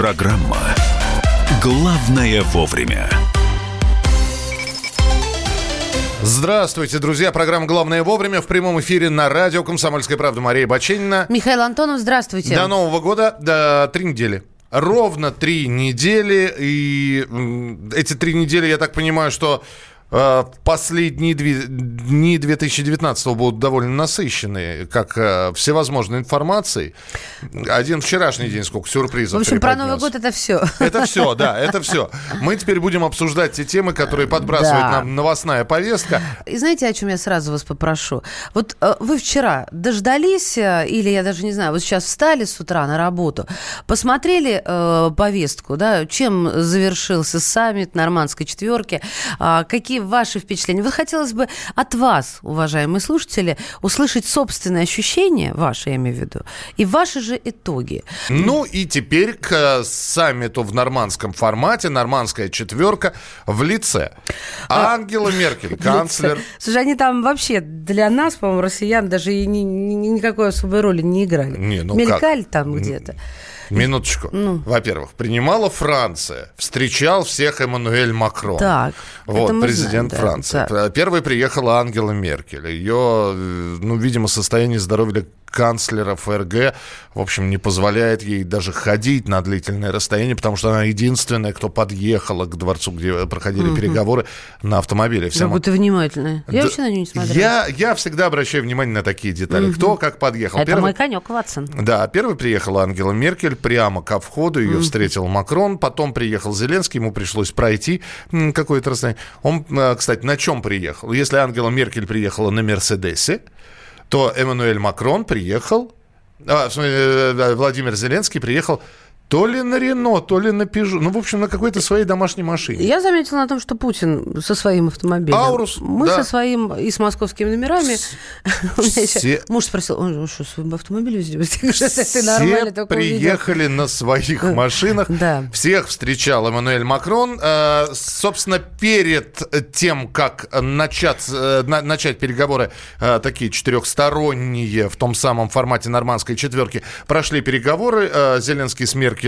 Программа «Главное вовремя». Здравствуйте, друзья. Программа «Главное вовремя» в прямом эфире на радио «Комсомольская правда». Мария Баченина. Михаил Антонов, здравствуйте. До Нового года, до 3 недели. Ровно 3 недели. И эти 3 недели, я так понимаю, что последние дни 2019 будут довольно насыщенные, как всевозможной информацией. Один вчерашний день сколько сюрпризов. В общем, про Новый год это все. Это все, да, это все. Мы теперь будем обсуждать те темы, которые подбрасывает нам новостная повестка. И знаете, о чем я сразу вас попрошу? Вот вы вчера дождались, или я даже не знаю, вот сейчас встали с утра на работу, посмотрели повестку, да, чем завершился саммит Нормандской четверки, какие ваши впечатления? Вот хотелось бы от вас, уважаемые слушатели, услышать собственные ощущения, ваши, я имею в виду, и ваши же итоги. Ну и теперь к саммиту в нормандском формате, Нормандская четверка в лице Ангела Меркель, канцлер. Слушай, они там вообще для нас, по-моему, россиян, даже и никакой особой роли не играли. Мелькали там где-то. Минуточку. Во-первых, принимала Франция. Встречал всех Эммануэль Макрон. Так, вот, президент Франции. Да. Первой приехала Ангела Меркель. Ее, видимо, состояние здоровья канцлера ФРГ, в общем, не позволяет ей даже ходить на длительное расстояние, потому что она единственная, кто подъехала к дворцу, где проходили переговоры на автомобиле. Как будто внимательная. Я вообще на нее не смотрела. Я всегда обращаю внимание на такие детали. Кто как подъехал. Это мой конек, Ватсон. Да, первой приехала Ангела Меркель, прямо ко входу ее встретил Макрон, потом приехал Зеленский, ему пришлось пройти какое-то расстояние. Он, кстати, на чем приехал? Если Ангела Меркель приехала на Мерседесе, то Эммануэль Макрон приехал, Владимир Зеленский приехал то ли на Рено, то ли на Пежо. В общем, на какой-то своей домашней машине. Я заметила на том, что Путин со своим автомобилем. Аурус, мы да. со своим и с московскими номерами. У меня еще муж спросил, он что, свой автомобиль везде? Все приехали на своих машинах. Всех встречал Эммануэль Макрон. Собственно, перед тем, как начать переговоры такие четырехсторонние в том самом формате Нормандской четверки, прошли переговоры. Зеленский с Меркель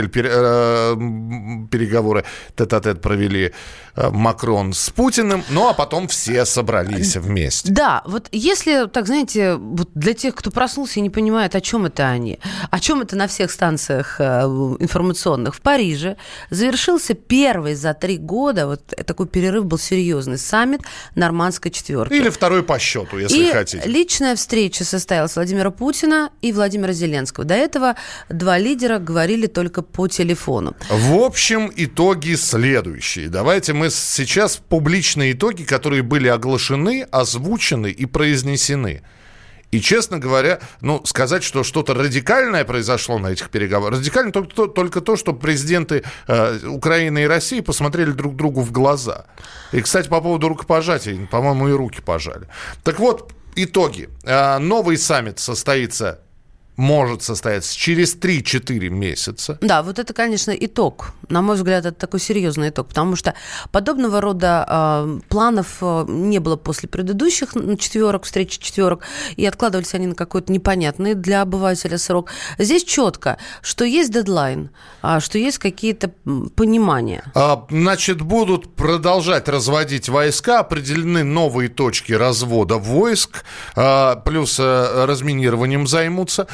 переговоры тет-а-тет провели, Макрон с Путиным, а потом все собрались вместе. Да, вот если, так знаете, вот для тех, кто проснулся и не понимает, о чем это они, о чем это на всех станциях информационных, в Париже завершился первый за 3 года, вот такой перерыв был серьезный, саммит Нормандской четверки. Или второй по счету, если хотите. И личная встреча состоялась Владимира Путина и Владимира Зеленского. До этого 2 лидера говорили только по телефону. В общем, итоги следующие. Давайте мы сейчас публичные итоги, которые были оглашены, озвучены и произнесены. И, честно говоря, сказать, что что-то радикальное произошло на этих переговорах, радикально только то, что президенты Украины и России посмотрели друг другу в глаза. И, кстати, по поводу рукопожатия, по-моему, и руки пожали. Так вот, итоги. Новый саммит может состояться через 3-4 месяца. Да, вот это, конечно, итог. На мой взгляд, это такой серьезный итог, потому что подобного рода планов не было после предыдущих встреч четверок, и откладывались они на какой-то непонятный для обывателя срок. Здесь четко, что есть дедлайн, что есть какие-то понимания. Значит, будут продолжать разводить войска, определены новые точки развода войск, плюс разминированием займутся.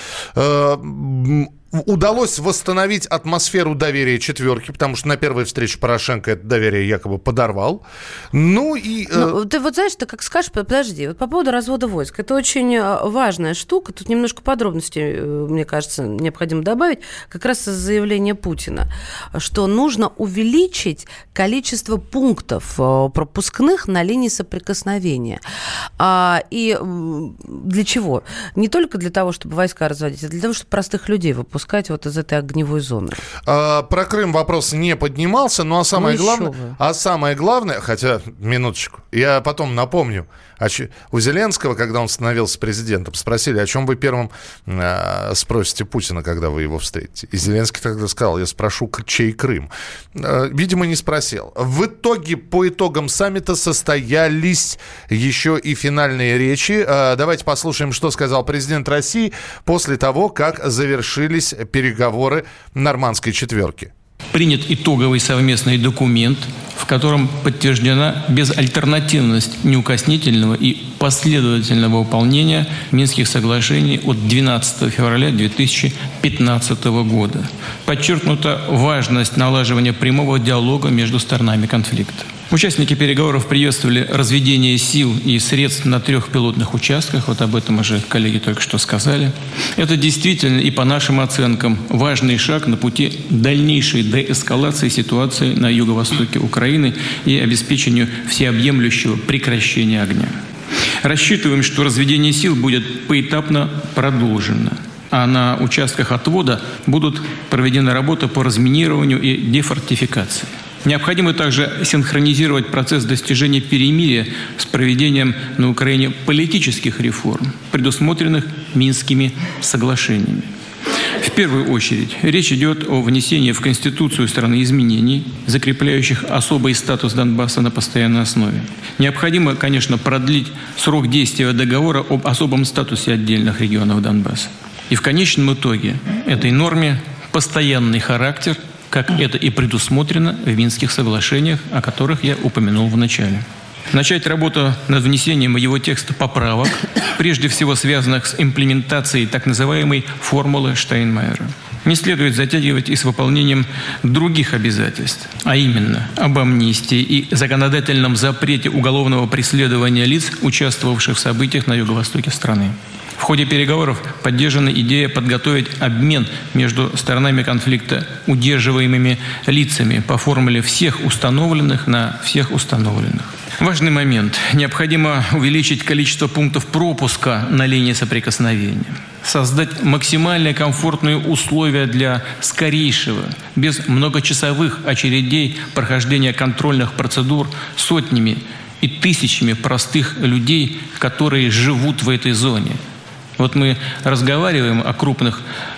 Удалось восстановить атмосферу доверия четверки, потому что на первой встрече Порошенко это доверие якобы подорвал. Ты вот знаешь, ты как скажешь, подожди, вот по поводу развода войск, это очень важная штука, тут немножко подробностей, мне кажется, необходимо добавить, как раз из заявления Путина, что нужно увеличить количество пунктов пропускных на линии соприкосновения. И для чего? Не только для того, чтобы войска разводить, а для того, чтобы простых людей выпускать вот из этой огневой зоны. Про Крым вопрос не поднимался, но самое главное, хотя, минуточку, я потом напомню, у Зеленского, когда он становился президентом, спросили, о чем вы первым спросите Путина, когда вы его встретите. И Зеленский тогда сказал, я спрошу, чей Крым. Видимо, не спросил. В итоге, по итогам саммита состоялись еще и финальные речи. Давайте послушаем, что сказал президент России после того, как завершились переговоры Нормандской четверки. принят итоговый совместный документ, в котором подтверждена безальтернативность неукоснительного и последовательного выполнения Минских соглашений от 12 февраля 2015 года. Подчеркнута важность налаживания прямого диалога между сторонами конфликта. Участники переговоров приветствовали разведение сил и средств на 3 пилотных участках. Вот об этом уже коллеги только что сказали. Это действительно и по нашим оценкам важный шаг на пути дальнейшей деэскалации ситуации на юго-востоке Украины и обеспечению всеобъемлющего прекращения огня. Рассчитываем, что разведение сил будет поэтапно продолжено, а на участках отвода будут проведены работы по разминированию и дефортификации. Необходимо также синхронизировать процесс достижения перемирия с проведением на Украине политических реформ, предусмотренных Минскими соглашениями. В первую очередь речь идет о внесении в Конституцию страны изменений, закрепляющих особый статус Донбасса на постоянной основе. Необходимо, конечно, продлить срок действия договора об особом статусе отдельных регионов Донбасса. И в конечном итоге этой норме постоянный характер, как это и предусмотрено в Минских соглашениях, о которых я упомянул в начале. Начать работу над внесением его текста поправок, прежде всего связанных с имплементацией так называемой формулы Штайнмайера. Не следует затягивать и с выполнением других обязательств, а именно об амнистии и законодательном запрете уголовного преследования лиц, участвовавших в событиях на юго-востоке страны. В ходе переговоров поддержана идея подготовить обмен между сторонами конфликта удерживаемыми лицами по формуле всех установленных на всех установленных. Важный момент. Необходимо увеличить количество пунктов пропуска на линии соприкосновения. Создать максимально комфортные условия для скорейшего, без многочасовых очередей прохождения контрольных процедур сотнями и тысячами простых людей, которые живут в этой зоне. Вот мы разговариваем о крупных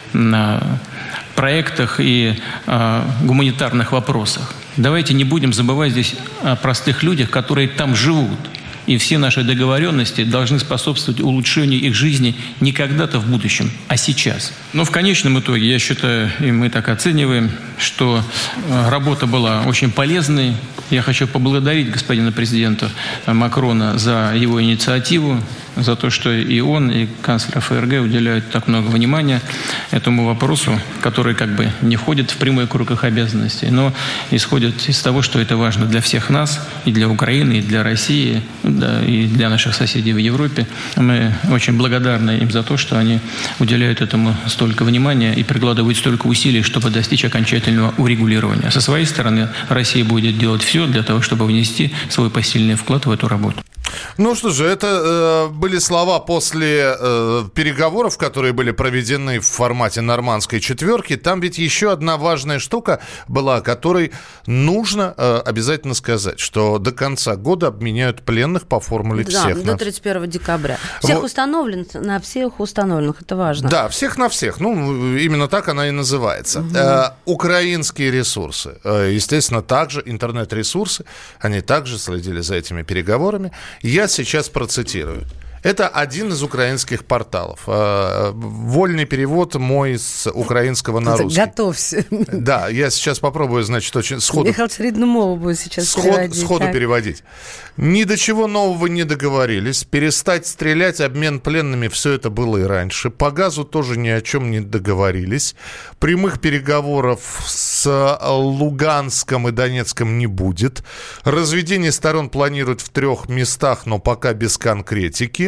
проектах и гуманитарных вопросах. Давайте не будем забывать здесь о простых людях, которые там живут. И все наши договоренности должны способствовать улучшению их жизни не когда-то в будущем, а сейчас. Но в конечном итоге, я считаю, и мы так оцениваем, что работа была очень полезной. Я хочу поблагодарить господина президента Макрона за его инициативу, за то, что и он, и канцлер ФРГ уделяют так много внимания этому вопросу, который как бы не входит в прямой круг их обязанностей, но исходит из того, что это важно для всех нас, и для Украины, и для России, да, и для наших соседей в Европе. Мы очень благодарны им за то, что они уделяют этому столько внимания и прикладывают столько усилий, чтобы достичь окончательного урегулирования. Со своей стороны, Россия будет делать все для того, чтобы внести свой посильный вклад в эту работу. Ну что же, это были слова после переговоров, которые были проведены в формате нормандской четверки. Там ведь еще одна важная штука была, о которой нужно обязательно сказать, что до конца года обменяют пленных по формуле всех. Да, до 31 декабря. Всех вот. Установленных, на всех установленных, это важно. Да, всех на всех. Ну, именно так она и называется. Украинские ресурсы, естественно, также интернет-ресурсы, они также следили за этими переговорами. Я сейчас процитирую. Это один из украинских порталов. Вольный перевод мой с украинского на русский. Готовься. Да, я сейчас попробую, значит, очень сходу... Михаил рідну мову будет сейчас переводить. Сходу переводить. Ни до чего нового не договорились. Перестать стрелять, обмен пленными, все это было и раньше. По газу тоже ни о чем не договорились. Прямых переговоров с Луганском и Донецком не будет. Разведение сторон планируют в 3 местах, но пока без конкретики.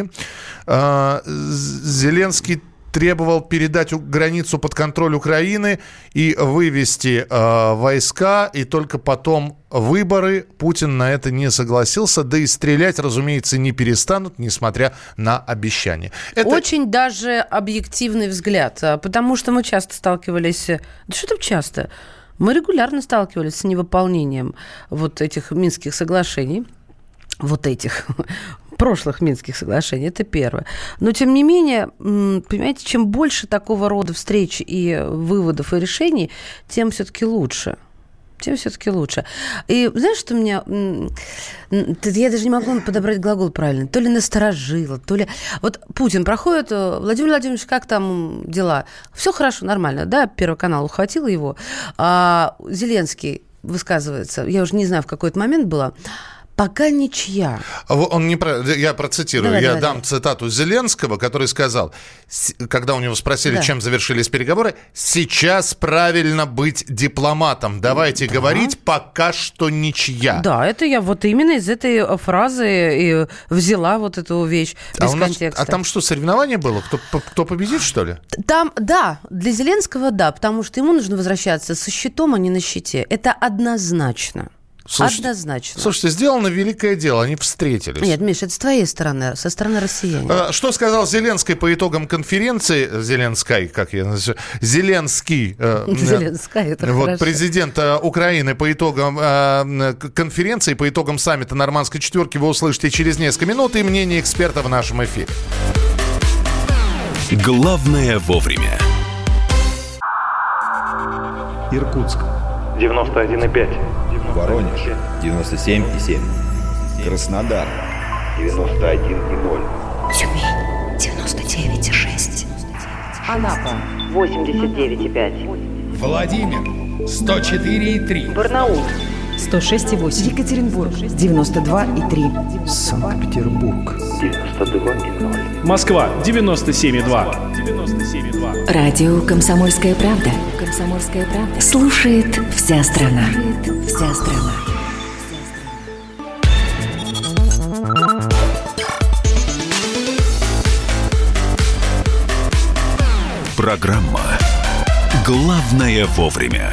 Зеленский требовал передать границу под контроль Украины и вывести войска, и только потом выборы. Путин на это не согласился, да и стрелять, разумеется, не перестанут, несмотря на обещания. Это... Очень даже объективный взгляд, потому что мы часто сталкивались... Да что там часто? Мы регулярно сталкивались с невыполнением вот этих Минских соглашений, вот этих... прошлых Минских соглашений, это первое. Но, тем не менее, понимаете, чем больше такого рода встреч и выводов и решений, тем все-таки лучше. Тем все-таки лучше. И знаешь, что меня... Я даже не могу подобрать глагол правильно. То ли насторожило, то ли... Вот Путин проходит, Владимир Владимирович, как там дела? Все хорошо, нормально, да? Первый канал ухватил его. А Зеленский высказывается, я уже не знаю, в какой-то момент было... Пока ничья. Он не я процитирую, давай. Дам цитату Зеленского, который сказал, когда у него спросили, чем завершились переговоры, сейчас правильно быть дипломатом. Давайте говорить, пока что ничья. Да, это я вот именно из этой фразы и взяла вот эту вещь без контекста. А там что, соревнование было? Кто победит, что ли? Там, да, для Зеленского, да, потому что ему нужно возвращаться со щитом, а не на щите. Это однозначно. Однозначно. Слушайте, сделано великое дело, они встретились. Нет, Миш, это с твоей стороны, со стороны россиян. Что сказал Зеленский по итогам конференции? Зеленский, как я называю? Зеленский. Зеленский, это вот, хорошо. Президент Украины по итогам конференции, по итогам саммита Нормандской четверки вы услышите через несколько минут и мнение эксперта в нашем эфире. Главное вовремя. Иркутск. 91,5. Воронеж. 97,7. Краснодар. 91,0. Тюмень. 99,6. Анапа. 89,5. Владимир. 104,3. Барнаул. 106,8. Екатеринбург. 92,3. Санкт-Петербург. 92,0. Москва. 97,2. Радио «Комсомольская правда». «Комсомольская правда». Слушает вся страна. Вся страна. Программа «Главное вовремя».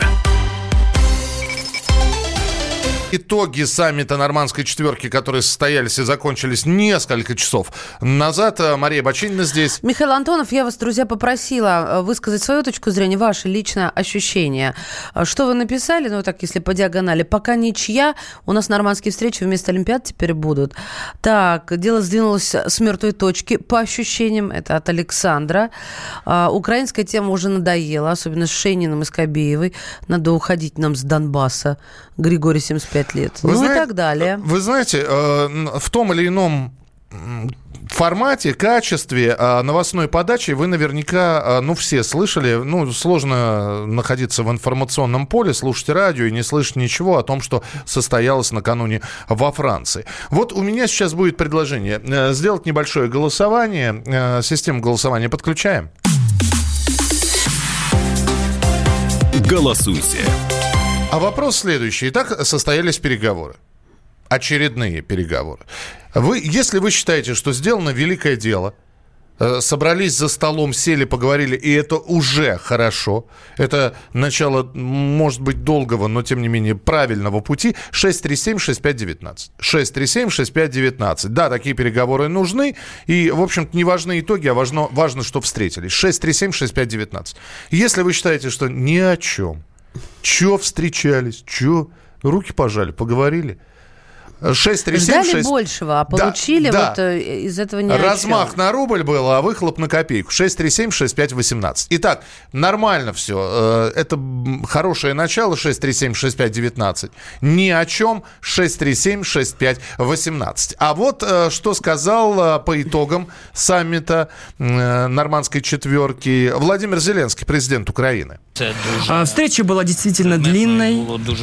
Итоги саммита Нормандской четверки, которые состоялись и закончились несколько часов назад. Мария Бачинина здесь. Михаил Антонов, я вас, друзья, попросила высказать свою точку зрения, ваше личное ощущение. Что вы написали, ну так, если по диагонали, пока ничья, у нас нормандские встречи вместо Олимпиад теперь будут. Так, дело сдвинулось с мертвой точки, по ощущениям, это от Александра. Украинская тема уже надоела, особенно с Шейниным и Скобеевой. Надо уходить нам с Донбасса. Григорий, 75 лет. И так далее. Вы знаете, в том или ином формате, качестве новостной подачи вы наверняка, все слышали, сложно находиться в информационном поле, слушать радио и не слышать ничего о том, что состоялось накануне во Франции. Вот у меня сейчас будет предложение сделать небольшое голосование. Систему голосования подключаем. Голосуйте. А вопрос следующий. Итак, состоялись переговоры. Очередные переговоры. Если вы считаете, что сделано великое дело, собрались за столом, сели, поговорили, и это уже хорошо, это начало, может быть, долгого, но, тем не менее, правильного пути, 637-6519. 637-6519. Да, такие переговоры нужны, и, в общем-то, не важны итоги, а важно, что встретились. 637-6519. Если вы считаете, что ни о чем, чё встречались, чё руки пожали, поговорили. 637 большего, а получили из этого ни о чем. Размах на рубль был, а выхлоп на копейку. 637-6518. Итак, нормально все. Это хорошее начало, 637-6519. Ни о чем, 637-6518. А вот что сказал по итогам саммита Нормандской четверки Владимир Зеленский, президент Украины. Встреча была действительно длинной,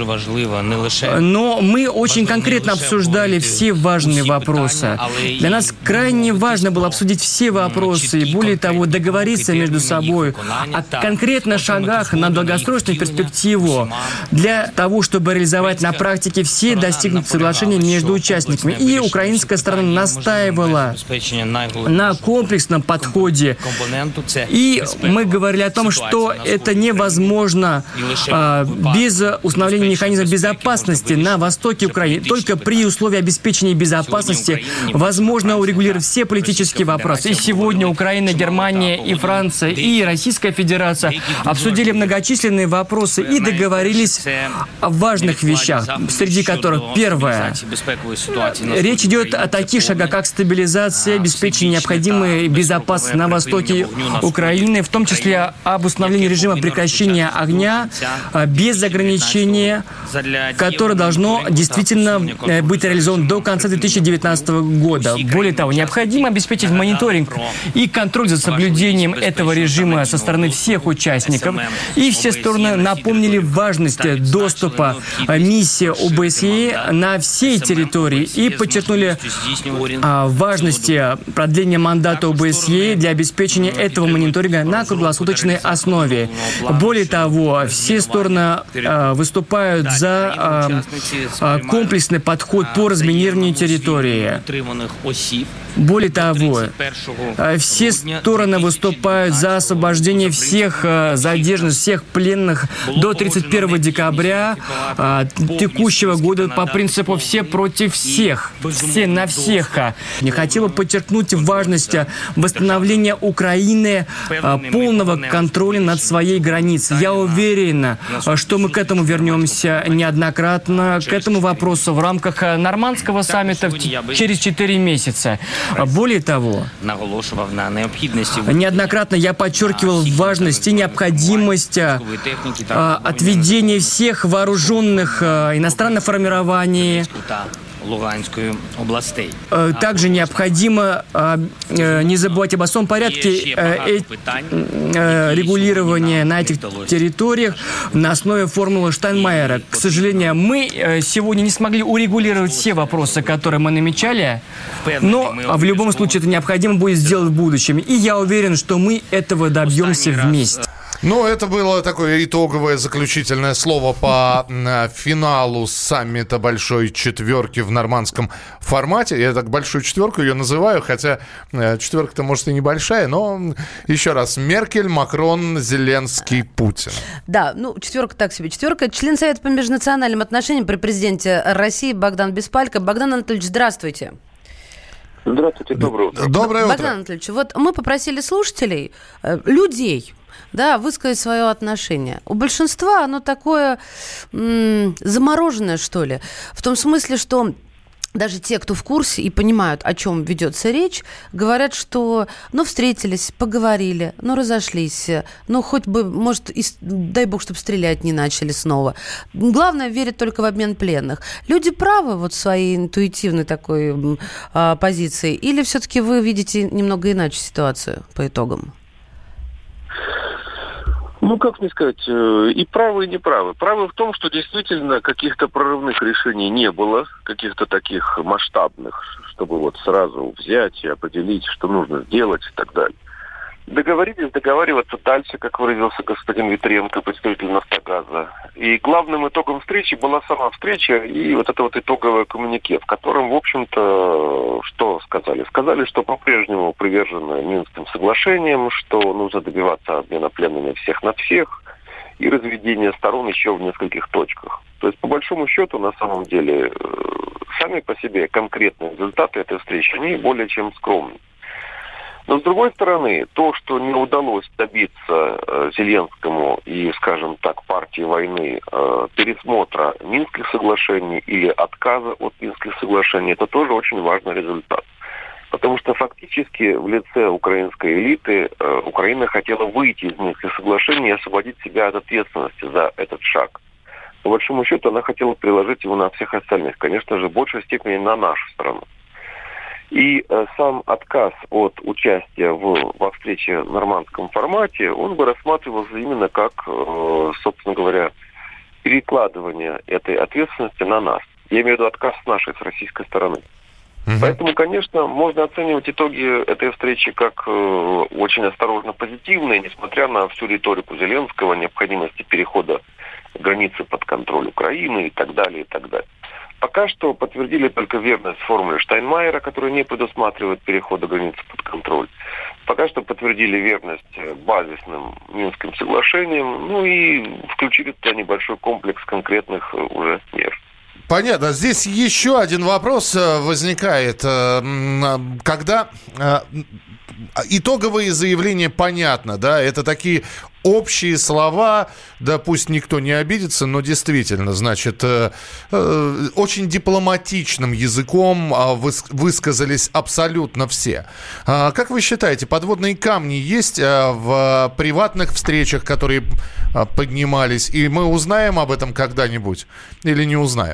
но мы очень конкретно обсуждали все важные вопросы. Для нас крайне важно было обсудить все вопросы и, более того, договориться между собой о конкретных шагах на долгосрочную перспективу для того, чтобы реализовать на практике все достигнутые соглашения между участниками. И украинская сторона настаивала на комплексном подходе. И мы говорили о том, что это невозможно без установления механизма безопасности на востоке Украины. Только при условии обеспечения безопасности возможно урегулировать все политические вопросы. И сегодня Украина, Германия, и Франция, и Российская Федерация обсудили многочисленные вопросы и договорились о важных вещах, среди которых первое. Речь идет о таких шагах, как стабилизация, обеспечение необходимой безопасности на востоке Украины, в том числе об установлении режима прекращения прекращения огня без ограничения, которое должно действительно быть реализовано до конца 2019 года. Более того, необходимо обеспечить мониторинг и контроль за соблюдением этого режима со стороны всех участников. И все стороны напомнили важность доступа миссии ОБСЕ на всей территории и подчеркнули важности продления мандата ОБСЕ для обеспечения этого мониторинга на круглосуточной основе. Более того, все стороны выступают за комплексный подход по разминированию территории. Более того, все стороны выступают за освобождение всех задержанных, всех пленных до 31 декабря текущего года по принципу «все против всех», «все на всех». Я хотела подчеркнуть важность восстановления Украины полного контроля над своей границей. Я уверена, что мы к этому вернемся неоднократно, к этому вопросу в рамках Нормандского саммита через 4 месяца. Более того, неоднократно я подчеркивал важность и необходимость отведения всех вооруженных иностранных формирований. Также необходимо не забывать об особом порядке регулирования на этих территориях на основе формулы Штайнмайера. К сожалению, мы сегодня не смогли урегулировать все вопросы, которые мы намечали, но в любом случае это необходимо будет сделать в будущем. И я уверен, что мы этого добьемся вместе. Ну, это было такое итоговое заключительное слово по финалу саммита Большой Четверки в нормандском формате. Я так Большую Четверку ее называю, хотя четверка-то, может, и небольшая, но еще раз. Меркель, Макрон, Зеленский, Путин. Да, ну, четверка так себе. Четверка. Член Совета по межнациональным отношениям при президенте России Богдан Беспалько. Богдан Анатольевич, здравствуйте. Здравствуйте, доброе утро. Доброе утро. Богдан Анатольевич, вот мы попросили слушателей, людей, да, высказать свое отношение. У большинства оно такое замороженное, что ли, в том смысле, что даже те, кто в курсе и понимают, о чем ведется речь, говорят, что, ну, встретились, поговорили, ну, разошлись, ну, хоть бы, может, и, дай бог, чтобы стрелять не начали снова. Главное, верят только в обмен пленных. Люди правы вот в своей интуитивной такой позиции? Или все-таки вы видите немного иначе ситуацию по итогам? Ну, как мне сказать, и правы, и неправы. Правы в том, что действительно каких-то прорывных решений не было, каких-то таких масштабных, чтобы вот сразу взять и определить, что нужно сделать и так далее. Договорились договариваться дальше, как выразился господин Витренко, представитель «Нафтогаза». И главным итогом встречи была сама встреча и вот это вот итоговое коммюнике, в котором, в общем-то, что сказали? Сказали, что по-прежнему привержены Минским соглашениям, что нужно добиваться обмена пленными всех на всех и разведения сторон еще в нескольких точках. То есть, по большому счету, на самом деле, сами по себе конкретные результаты этой встречи, они более чем скромны. Но, с другой стороны, то, что не удалось добиться Зеленскому и, скажем так, партии войны пересмотра Минских соглашений или отказа от Минских соглашений, это тоже очень важный результат. Потому что фактически в лице украинской элиты Украина хотела выйти из Минских соглашений и освободить себя от ответственности за этот шаг. По большому счету, она хотела приложить его на всех остальных, конечно же, в большей степени на нашу страну. И сам отказ от участия во встрече в нормандском формате, он бы рассматривался именно как, собственно говоря, перекладывание этой ответственности на нас. Я имею в виду отказ с нашей, с российской стороны. Поэтому, конечно, можно оценивать итоги этой встречи как очень осторожно позитивные, несмотря на всю риторику Зеленского, необходимости перехода границы под контроль Украины и так далее, и так далее. Пока что подтвердили только верность формуле Штайнмайера, которая не предусматривает перехода границы под контроль. Пока что подтвердили верность базисным Минским соглашениям, ну и включили туда небольшой комплекс конкретных уже мер. Понятно. Здесь еще один вопрос возникает. Когда итоговые заявления понятно, да, это такие общие слова, да пусть никто не обидится, но действительно, значит, очень дипломатичным языком высказались абсолютно все. Как вы считаете, подводные камни есть в приватных встречах, которые поднимались, и мы узнаем об этом когда-нибудь или не узнаем?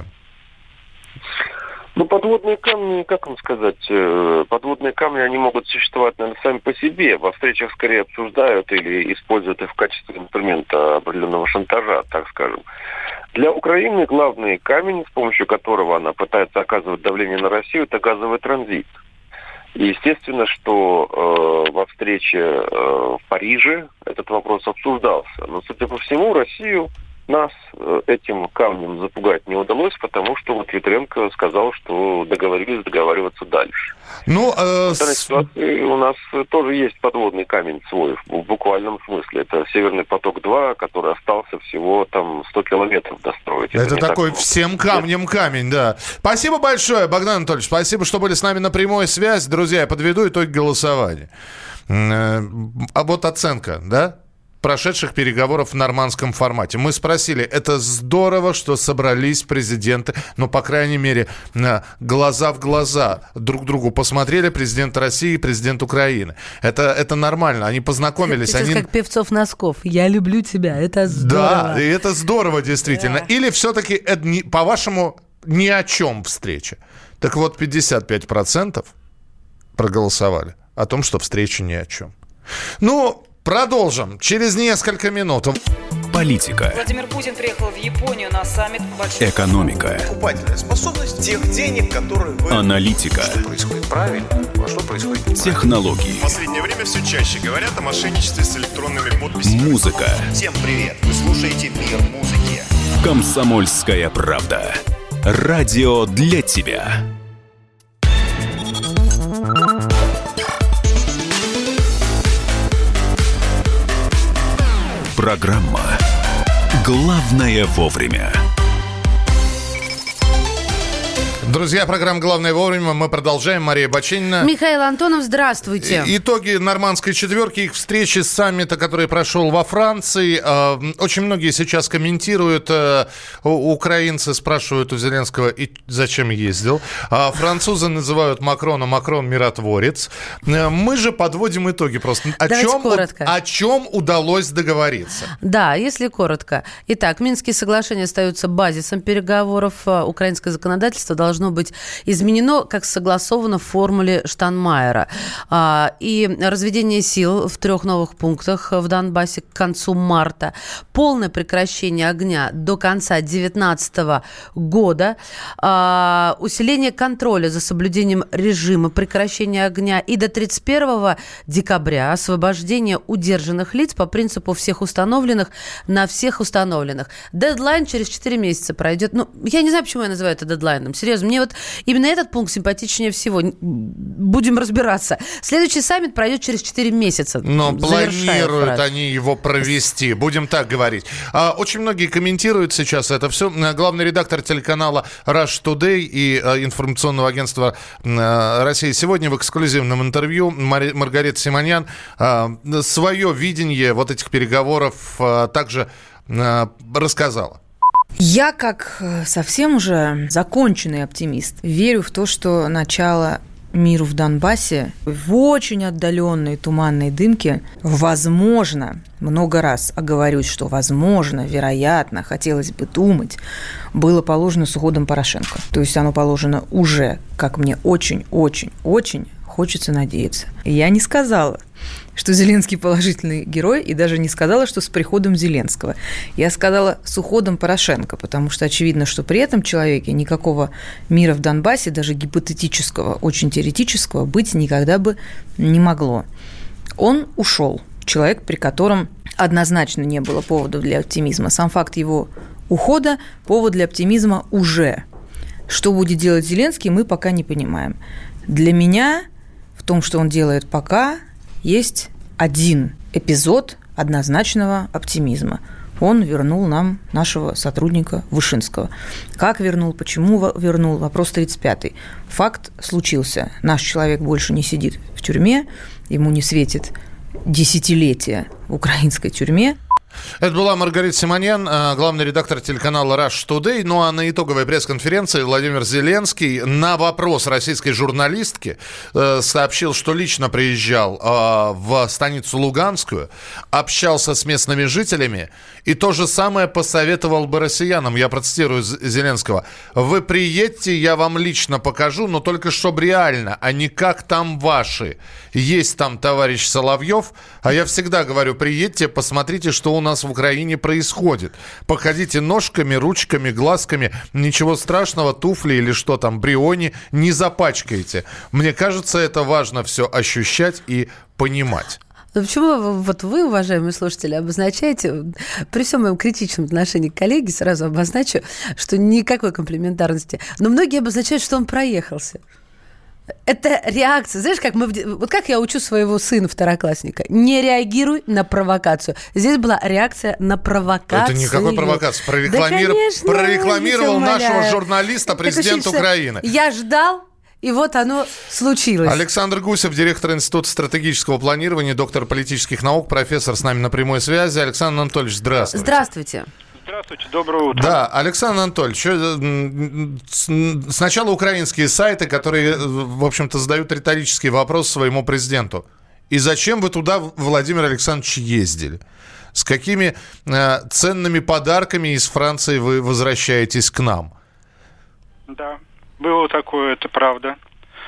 Ну, подводные камни, как вам сказать, подводные камни, они могут существовать, наверное, сами по себе. Во встречах скорее обсуждают или используют их в качестве инструмента определенного шантажа, так скажем. Для Украины главный камень, с помощью которого она пытается оказывать давление на Россию, это газовый транзит. И естественно, что во встрече в Париже этот вопрос обсуждался. Но, судя по всему, Россию нас этим камнем запугать не удалось, потому что вот Ветренко сказал, что договорились договариваться дальше. Ну, в данной ситуации у нас тоже есть подводный камень свой, в буквальном смысле. Это «Северный поток-2», который остался всего там 100 километров достроить. Это такой всем камнем камень, да. Спасибо большое, Богдан Анатольевич. Спасибо, что были с нами на прямой связи. Друзья, я подведу итоги голосования. А вот оценка, да? Прошедших переговоров в нормандском формате. Мы спросили, это здорово, что собрались президенты, ну, по крайней мере, глаза в глаза друг другу посмотрели, президент России и президент Украины. Это нормально, они познакомились. Это как Певцов Носков. Я люблю тебя, это здорово. Да, и это здорово, действительно. Да. Или все-таки, по-вашему, ни о чем встреча? Так вот, 55% проголосовали о том, что встреча ни о чем. Ну, продолжим через несколько минут. Политика. Владимир Путин приехал в Японию на саммит большой... Экономика. Покупательная способность тех денег, которые вы... Аналитика. Что происходит правильно, а что происходит неправильно. Технологии. В последнее время все чаще говорят о мошенничестве с электронными подписями. Музыка. Всем привет, вы слушаете «Мир музыки». Комсомольская правда. Радио для тебя. Программа «Главное вовремя». Друзья, программа «Главное вовремя». Мы продолжаем. Мария Баченина. Михаил Антонов, здравствуйте. Итоги нормандской четверки, их встречи с саммита, который прошел во Франции. Очень многие сейчас комментируют. Украинцы спрашивают у Зеленского, и зачем ездил. Французы называют Макрона миротворец. Мы же подводим итоги просто. О чем удалось договориться? Да, если коротко. Итак, Минские соглашения остаются базисом переговоров. Украинское законодательство должно быть изменено, как согласовано в формуле Штайнмайера. И разведение сил в 3 новых пунктах в Донбассе к концу марта, полное прекращение огня до конца 2019 года, усиление контроля за соблюдением режима прекращения огня и до 31 декабря освобождение удержанных лиц по принципу всех установленных на всех установленных. Дедлайн через 4 месяца пройдет. Ну, я не знаю, почему я называю это дедлайном. Серьезно, мне вот именно этот пункт симпатичнее всего. Будем разбираться. Следующий саммит пройдет через 4 месяца. Но планируют они его провести. Будем так говорить. Очень многие комментируют сейчас это все. Главный редактор телеканала Rush Today и информационного агентства «Россия сегодня» в эксклюзивном интервью Маргарита Симоньян свое видение вот этих переговоров также рассказала. Я, как совсем уже законченный оптимист, верю в то, что начало миру в Донбассе в очень отдаленной туманной дымке, возможно, много раз оговорюсь, что возможно, вероятно, хотелось бы думать, было положено с уходом Порошенко. То есть оно положено уже, как мне очень-очень-очень хочется надеяться. Я не сказала, что Зеленский положительный герой, и даже не сказала, что с приходом Зеленского. Я сказала с уходом Порошенко, потому что очевидно, что при этом человеке никакого мира в Донбассе, даже гипотетического, очень теоретического, быть никогда бы не могло. Он ушел. Человек, при котором однозначно не было поводов для оптимизма. Сам факт его ухода – повод для оптимизма уже. Что будет делать Зеленский, мы пока не понимаем. Для меня в том, что он делает пока, есть один эпизод однозначного оптимизма. он вернул нам нашего сотрудника Вышинского. Как вернул, почему вернул, вопрос 35-й. Факт случился. Наш человек больше не сидит в тюрьме, ему не светит десятилетия в украинской тюрьме. Это была Маргарита Симоньян, главный редактор телеканала Rush Today. Ну а на итоговой пресс-конференции Владимир Зеленский на вопрос российской журналистки сообщил, что лично приезжал в станицу Луганскую, общался с местными жителями и то же самое посоветовал бы россиянам. Я процитирую Зеленского. «Вы приедьте, я вам лично покажу, но только чтобы реально, а не как там ваши. Есть там товарищ Соловьев, а я всегда говорю, приедьте, посмотрите, что у нас в Украине происходит. Походите ножками, ручками, глазками. Ничего страшного, туфли или что там, бриони не запачкайте». Мне кажется, это важно все ощущать и понимать. Но почему вот вы, уважаемые слушатели, обозначаете, при всем моем критичном отношении к коллеге, сразу обозначу, что никакой комплиментарности, но многие обозначают, что он проехался. Это реакция. Знаешь, вот как я учу своего сына, второклассника. Не реагируй на провокацию. Здесь была реакция на провокацию. Это никакой провокации. Прорекламировал нашего журналиста президент Украины. Я ждал, и вот оно случилось. Александр Гусев, директор Института стратегического планирования, доктор политических наук, профессор с нами на прямой связи. Александр Анатольевич, здравствуйте. Здравствуйте. Здравствуйте, доброе утро. Да, Александр Анатольевич, сначала украинские сайты, которые, в общем-то, задают риторический вопрос своему президенту. И зачем вы туда, Владимир Александрович, ездили? С какими ценными подарками из Франции вы возвращаетесь к нам? Да, было такое, это правда.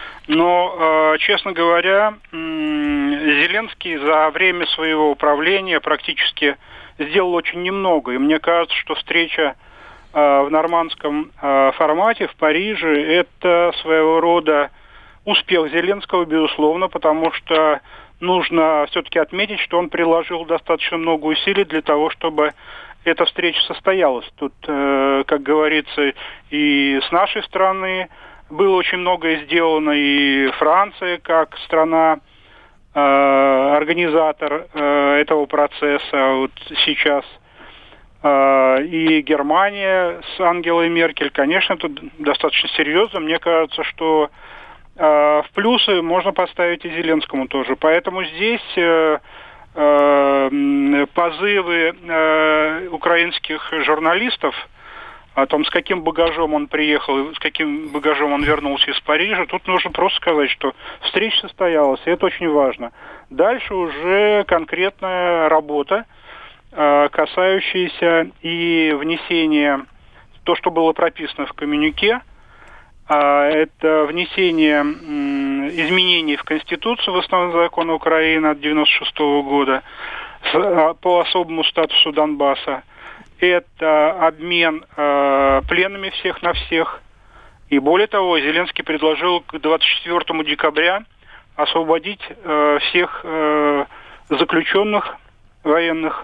Но, честно говоря, Зеленский за время своего управления практически сделал очень немного. И мне кажется, что встреча в нормандском формате в Париже – это своего рода успех Зеленского, безусловно, потому что нужно все-таки отметить, что он приложил достаточно много усилий для того, чтобы эта встреча состоялась. Тут, как говорится, и с нашей стороны было очень многое сделано, и Франция, как страна, организатор этого процесса вот сейчас, и Германия с Ангелой Меркель, конечно, это достаточно серьезно. Мне кажется, что в плюсы можно поставить и Зеленскому тоже. Поэтому здесь позывы украинских журналистов о том, с каким багажом он приехал, с каким багажом он вернулся из Парижа, тут нужно просто сказать, что встреча состоялась, и это очень важно. Дальше уже конкретная работа, касающаяся и внесения, то, что было прописано в коммюнике, это внесение изменений в Конституцию, в основной закон Украины от 1996 года по особому статусу Донбасса. Это обмен пленными всех на всех. И более того, Зеленский предложил к 24 декабря освободить всех заключенных военных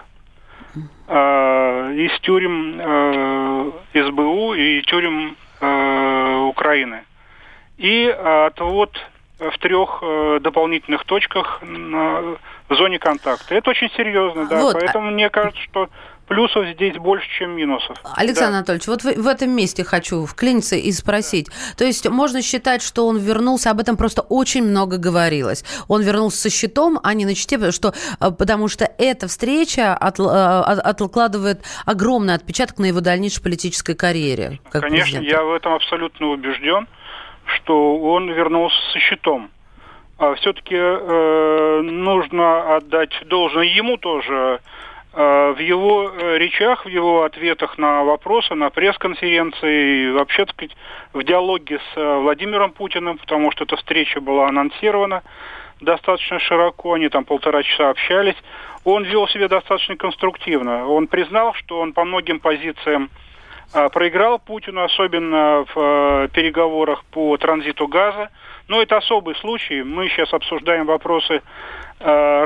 из тюрем СБУ и тюрем Украины. И отвод в 3 дополнительных точках в зоне контакта. Это очень серьезно, да. Вот. Поэтому мне кажется, что плюсов здесь больше, чем минусов. Александр Анатольевич, вот в этом месте хочу вклиниться и спросить. То есть можно считать, что он вернулся, об этом просто очень много говорилось. Он вернулся со щитом, а не на щите, потому что эта встреча откладывает огромный отпечаток на его дальнейшей политической карьере. Конечно, я в этом абсолютно убежден, что он вернулся со щитом. Все-таки нужно отдать должное ему тоже. В его речах, в его ответах на вопросы, на пресс-конференции, вообще, так сказать, в диалоге с Владимиром Путиным, потому что эта встреча была анонсирована достаточно широко, они там 1,5 часа общались, он вел себя достаточно конструктивно. Он признал, что он по многим позициям проиграл Путину, особенно в переговорах по транзиту газа. Но это особый случай. Мы сейчас обсуждаем вопросы работы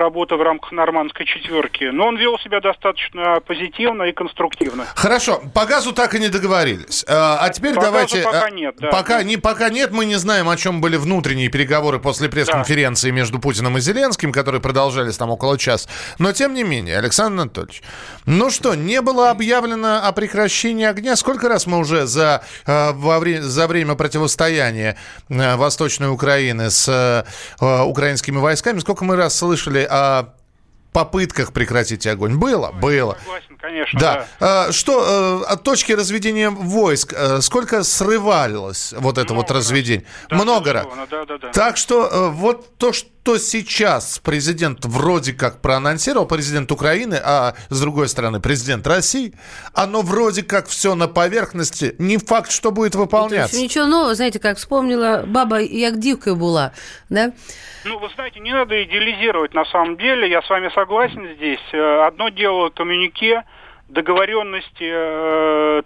работы в рамках нормандской четверки, но он вел себя достаточно позитивно и конструктивно. Хорошо, по газу так и не договорились. А теперь по давайте... Газу пока нет, да. Пока нет, мы не знаем, о чем были внутренние переговоры после пресс-конференции между Путиным и Зеленским, которые продолжались там около часа. Но тем не менее, Александр Анатольевич, ну что, не было объявлено о прекращении огня? Сколько раз мы уже за время противостояния Восточной Украины с украинскими войсками, сколько мы раз слышали о попытках прекратить огонь? Было? Согласен, конечно. Да. Что от точки разведения войск, сколько срывалось вот это вот разведение? Да, много раз. Да. Так что вот то, что сейчас президент вроде как проанонсировал, президент Украины, а с другой стороны президент России, оно вроде как все на поверхности, не факт, что будет выполняться. Ничего нового, знаете, как вспомнила баба, як дівка була, да? Ну, вы знаете, не надо идеализировать на самом деле, я с вами согласен здесь. Одно дело коммюнике, договоренности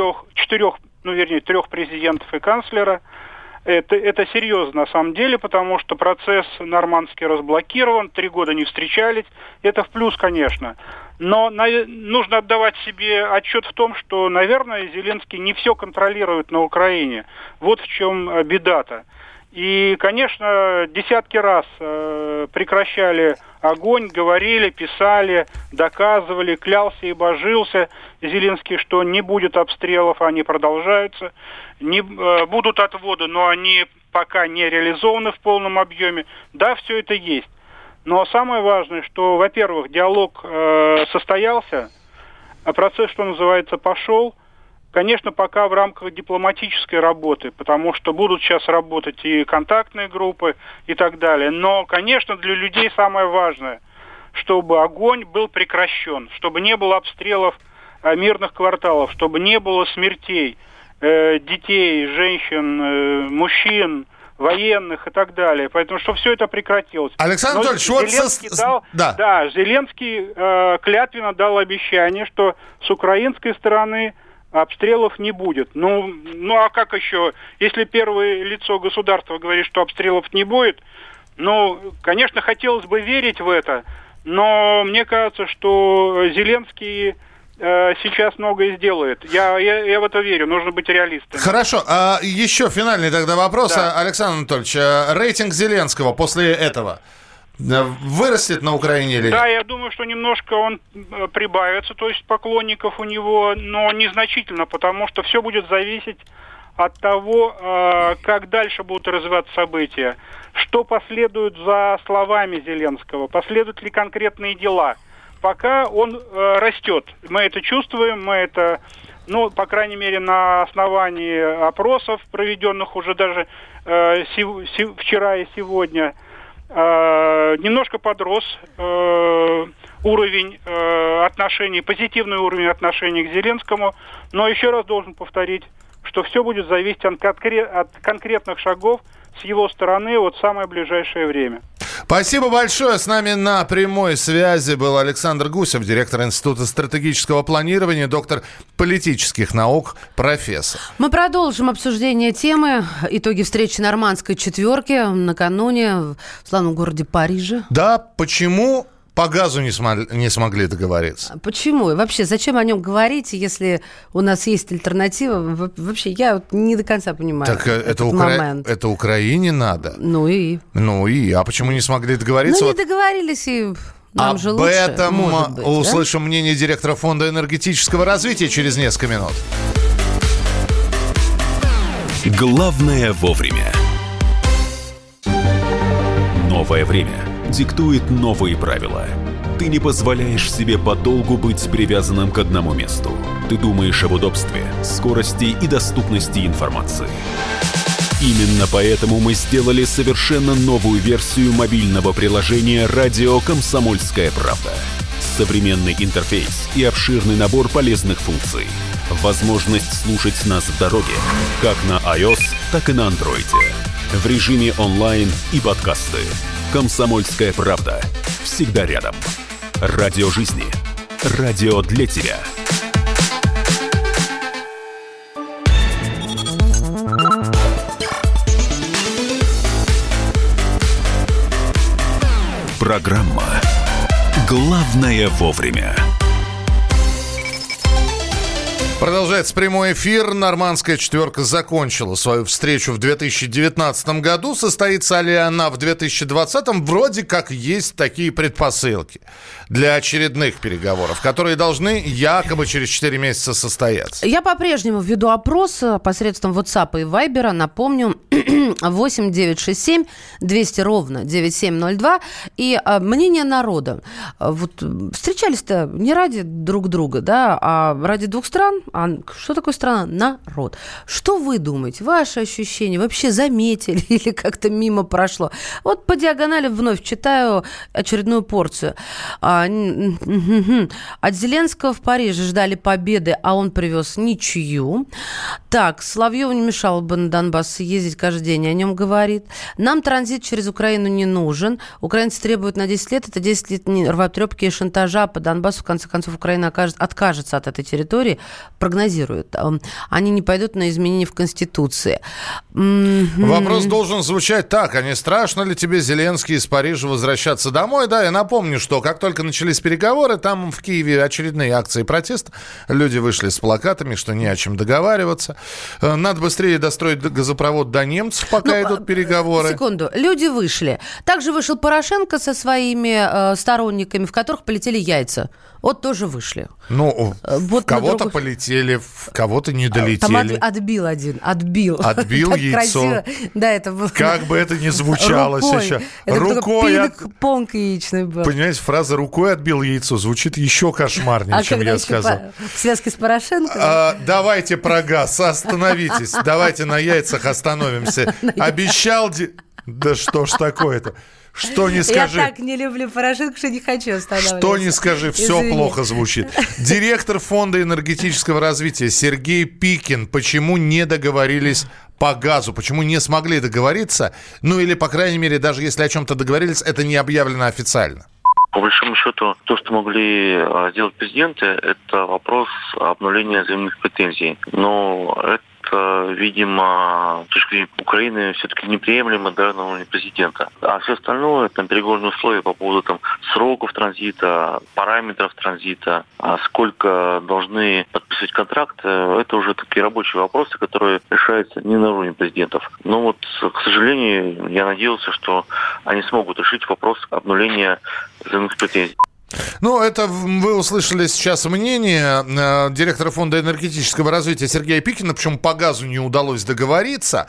трех президентов и канцлера. Это серьезно на самом деле, потому что процесс нормандский разблокирован, 3 года не встречались, это в плюс, конечно. Но нужно отдавать себе отчет в том, что, наверное, Зеленский не все контролирует на Украине. Вот в чем беда-то. И, конечно, десятки раз прекращали огонь, говорили, писали, доказывали, клялся и божился Зеленский, что не будет обстрелов, они продолжаются. Не будут отводы, но они пока не реализованы в полном объеме. Да, все это есть. Но самое важное, что, во-первых, диалог состоялся, а процесс, что называется, пошел. Конечно, пока в рамках дипломатической работы, потому что будут сейчас работать и контактные группы и так далее. Но, конечно, для людей самое важное, чтобы огонь был прекращен, чтобы не было обстрелов мирных кварталов, чтобы не было смертей детей, женщин, мужчин, военных и так далее. Поэтому, чтобы все это прекратилось. Александр Анатольевич, Зеленский клятвенно дал обещание, что с украинской стороны обстрелов не будет. Ну а как еще? Если первое лицо государства говорит, что обстрелов не будет, конечно, хотелось бы верить в это, но мне кажется, что Зеленский сейчас многое сделает. Я в это верю, нужно быть реалистом. Хорошо, а еще финальный тогда вопрос, Александр Анатольевич. Рейтинг Зеленского после этого вырастет на Украине или нет? Да, я думаю, что немножко он прибавится, то есть поклонников у него, но незначительно, потому что все будет зависеть от того, как дальше будут развиваться события, что последует за словами Зеленского, последуют ли конкретные дела. Пока он растет, мы это чувствуем, мы это, по крайней мере, на основании опросов, проведенных уже даже вчера и сегодня, немножко подрос уровень отношений, позитивный уровень отношений к Зеленскому, но еще раз должен повторить, что все будет зависеть от конкретных шагов с его стороны в самое ближайшее время. Спасибо большое. С нами на прямой связи был Александр Гусев, директор Института стратегического планирования, доктор политических наук, профессор. Мы продолжим обсуждение темы итоги встречи нормандской четверки накануне в славном городе Париже. Да, почему по газу не смогли договориться? Почему? И вообще, зачем о нем говорить, если у нас есть альтернатива? Вообще, я не до конца понимаю этот момент. Это Украине надо. Ну и? А почему не смогли договориться? Не договорились, и нам же лучше. Об этом услышим мнение директора Фонда энергетического развития через несколько минут. Главное вовремя. Новое время диктует новые правила. Ты не позволяешь себе подолгу быть привязанным к одному месту. Ты думаешь об удобстве, скорости и доступности информации. Именно поэтому мы сделали совершенно новую версию мобильного приложения «Радио Комсомольская правда». Современный интерфейс и обширный набор полезных функций. Возможность слушать нас в дороге, как на iOS, так и на Android. В режиме онлайн и подкасты. «Комсомольская правда». Всегда рядом. Радио жизни. Радио для тебя. Программа Главное вовремя. Продолжается прямой эфир. Нормандская четверка закончила свою встречу в 2019 году. Состоится ли она в 2020? Вроде как есть такие предпосылки для очередных переговоров, которые должны якобы через 4 месяца состояться. Я по-прежнему веду опрос посредством WhatsApp и Viber. Напомню, 8 967 200 ровно 9702. И мнение народа. Вот встречались-то не ради друг друга, да, а ради двух стран. А что такое страна? Народ. Что вы думаете? Ваши ощущения вообще заметили или как-то мимо прошло? Вот по диагонали вновь читаю очередную порцию. От Зеленского в Париже ждали победы, а он привез ничью. Так, Соловьеву не мешало бы на Донбасс ездить каждый день, о нем говорит. Нам транзит через Украину не нужен. Украинцы требуют на 10 лет. Это 10 лет рвотрепки и шантажа. По Донбассу, в конце концов, Украина откажется от этой территории. Прогнозируют. Они не пойдут на изменения в Конституции. Вопрос должен звучать так. А не страшно ли тебе, Зеленский, из Парижа возвращаться домой? Да, я напомню, что как только начались переговоры, там в Киеве очередные акции протеста. Люди вышли с плакатами, что не о чем договариваться. Надо быстрее достроить газопровод до немцев, пока идут переговоры. Секунду. Люди вышли. Также вышел Порошенко со своими сторонниками, в которых полетели яйца. Вот тоже вышли. Ну, вот в кого-то полетели, в кого-то не долетели. Там отбил один. Отбил яйцо. Да, это было. Как бы это ни звучало сейчас. Рукой. Пинг-понг яичный был. Понимаете, фраза «рукой отбил яйцо» звучит еще кошмарнее, чем я сказал. В связке с Порошенко? Давайте про газ, остановитесь. Давайте на яйцах остановимся. Обещал... Да что ж такое-то? Что не скажи. Я так не люблю Порошенко, что не хочу останавливаться. Что не скажи, все плохо звучит. Директор Фонда энергетического развития Сергей Пикин. Почему не договорились по газу? Почему не смогли договориться? Ну или, по крайней мере, даже если о чем-то договорились, это не объявлено официально. По большому счету, то, что могли сделать президенты, это вопрос обнуления взаимных претензий. Но это, видимо, с точки зрения Украины все-таки неприемлемо, да, на уровне президента. А все остальное, там, переговорные условия по поводу там сроков транзита, параметров транзита, сколько должны подписывать контракт, это уже такие рабочие вопросы, которые решаются не на уровне президентов. Но вот, к сожалению, я надеялся, что они смогут решить вопрос обнуления взаимных претензий. Ну, это вы услышали сейчас мнение директора Фонда энергетического развития Сергея Пикина, причем по газу не удалось договориться.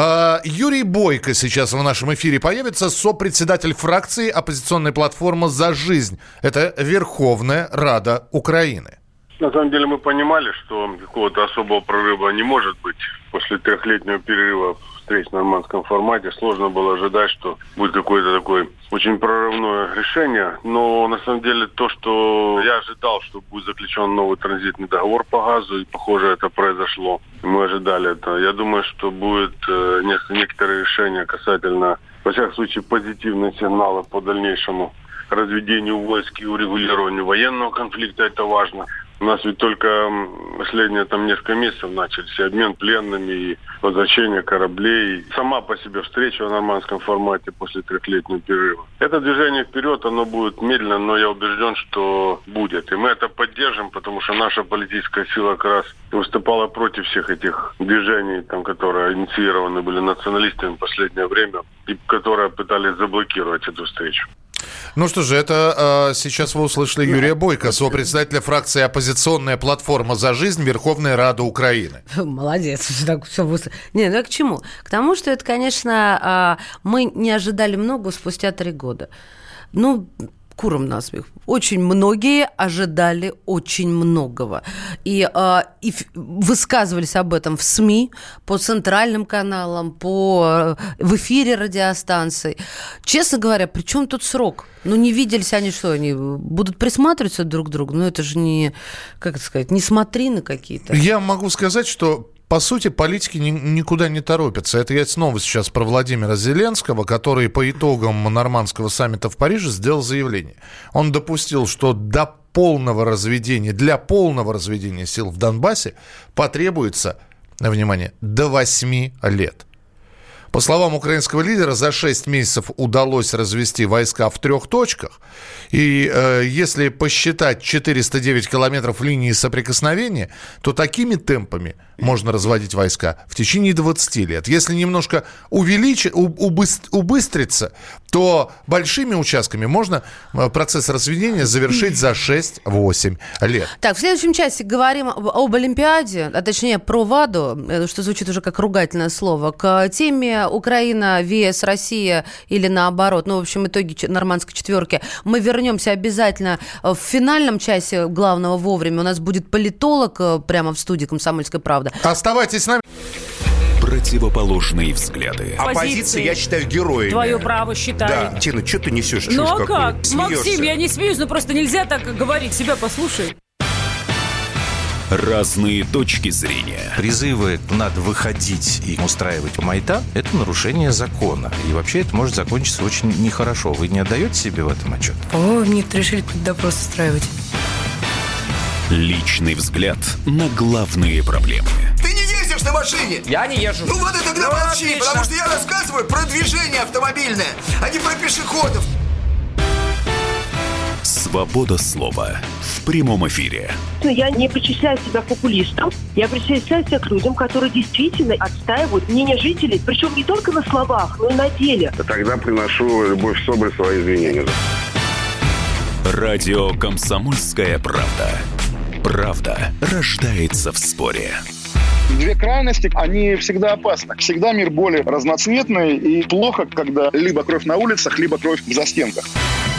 Юрий Бойко сейчас в нашем эфире появится, сопредседатель фракции «Оппозиционная платформа за жизнь». Это Верховная Рада Украины. На самом деле мы понимали, что какого-то особого прорыва не может быть. После 3-летнего перерыва встреч в нормандском формате сложно было ожидать, что будет какое-то такое очень прорывное решение. Но на самом деле то, что я ожидал, что будет заключен новый транзитный договор по газу, и похоже это произошло. Мы ожидали это. Я думаю, что будет некоторые решения касательно, во всяком случае, позитивные сигналы по дальнейшему разведению войск и урегулированию военного конфликта. Это важно. У нас ведь только последние несколько месяцев начались обмен пленными и возвращение кораблей. Сама по себе встреча в нормандском формате после 3-летнего перерыва. Это движение вперед, оно будет медленно, но я убежден, что будет. И мы это поддержим, потому что наша политическая сила как раз выступала против всех этих движений, которые инициированы были националистами в последнее время, и которые пытались заблокировать эту встречу. Ну что же, это сейчас вы услышали Юрия Бойко, сопредседателя фракции «Оппозиционная платформа за жизнь», Верховная Рада Украины. Молодец. Так все Не, ну к чему? К тому, что это, конечно, мы не ожидали много спустя 3 года. Ну, куром насмех. Очень многие ожидали очень многого. И высказывались об этом в СМИ, по центральным каналам, в эфире радиостанций. Честно говоря, при чем тут срок? Ну, не виделись они, что они будут присматриваться друг к другу? Ну, это же не, как это сказать, не смотрины какие-то. Я могу сказать, что по сути, политики никуда не торопятся. Это я снова сейчас про Владимира Зеленского, который по итогам нормандского саммита в Париже сделал заявление. Он допустил, что для полного разведения сил в Донбассе потребуется, внимание, до 8 лет. По словам украинского лидера, за 6 месяцев удалось развести войска в 3 точках. И если посчитать 409 километров линии соприкосновения, то такими темпами можно разводить войска в течение 20 лет. Если немножко убыстриться, то большими участками можно процесс разведения завершить за 6-8 лет. Так, в следующем часе говорим об Олимпиаде, а точнее про ВАДу, что звучит уже как ругательное слово, к теме Украина, ВС, Россия или наоборот. Ну, в общем, итоги нормандской четверки. Мы вернемся обязательно в финальном часе главного вовремя. У нас будет политолог прямо в студии «Комсомольская правда». Оставайтесь с нами. Противоположные взгляды. Оппозиция, я считаю, героями. Твое право считаю. Да. Тина, что ты несешь? Ну а как? Максим, я не смеюсь, но просто нельзя так говорить. Себя послушай. Разные точки зрения. Призывы «надо выходить и устраивать Майдан» — это нарушение закона. И вообще это может закончиться очень нехорошо. Вы не отдаете себе в этом отчет? По-моему, нет, решили допрос устраивать. Личный взгляд на главные проблемы. Ты не ездишь на машине? Я не езжу. Ну вот и тогда молчи, потому что я рассказываю про движение автомобильное, а не про пешеходов. Свобода слова в прямом эфире. Я не причисляю себя популистом. Я причисляю себя к людям, которые действительно отстаивают мнение жителей. Причем не только на словах, но и на деле. Тогда приношу Любовь Соболь свои извинения. Радио «Комсомольская правда». Правда рождается в споре. Две крайности, они всегда опасны. Всегда мир более разноцветный, и плохо, когда либо кровь на улицах, либо кровь в застенках.